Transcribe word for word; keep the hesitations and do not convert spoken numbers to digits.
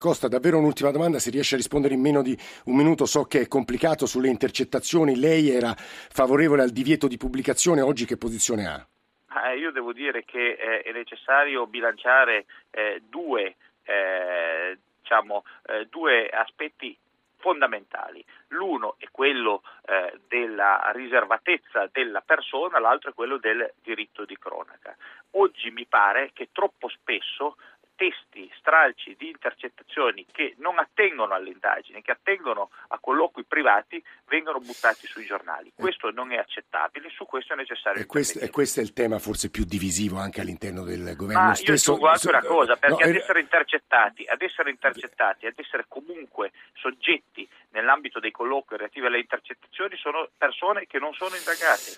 Costa, davvero un'ultima domanda, se riesce a rispondere in meno di un minuto. So che è complicato sulle intercettazioni, lei era favorevole al divieto di pubblicazione, oggi che posizione ha? Eh, io devo dire che eh, è necessario bilanciare eh, due, eh, diciamo, eh, due aspetti fondamentali. L'uno è quello eh, della riservatezza della persona, l'altro è quello del diritto di cronaca. Oggi mi pare che troppo spesso testi, stralci di intercettazioni che non attengono alle indagini, che attengono a colloqui privati, vengono buttati sui giornali. Questo non è accettabile, su questo è necessario e questo, e questo è il tema forse più divisivo anche all'interno del governo Ma stesso. Io aggiungo anche una cosa, perché no, ad essere intercettati, ad essere intercettati, ad essere comunque soggetti nell'ambito dei colloqui relativi alle intercettazioni sono persone che non sono indagate.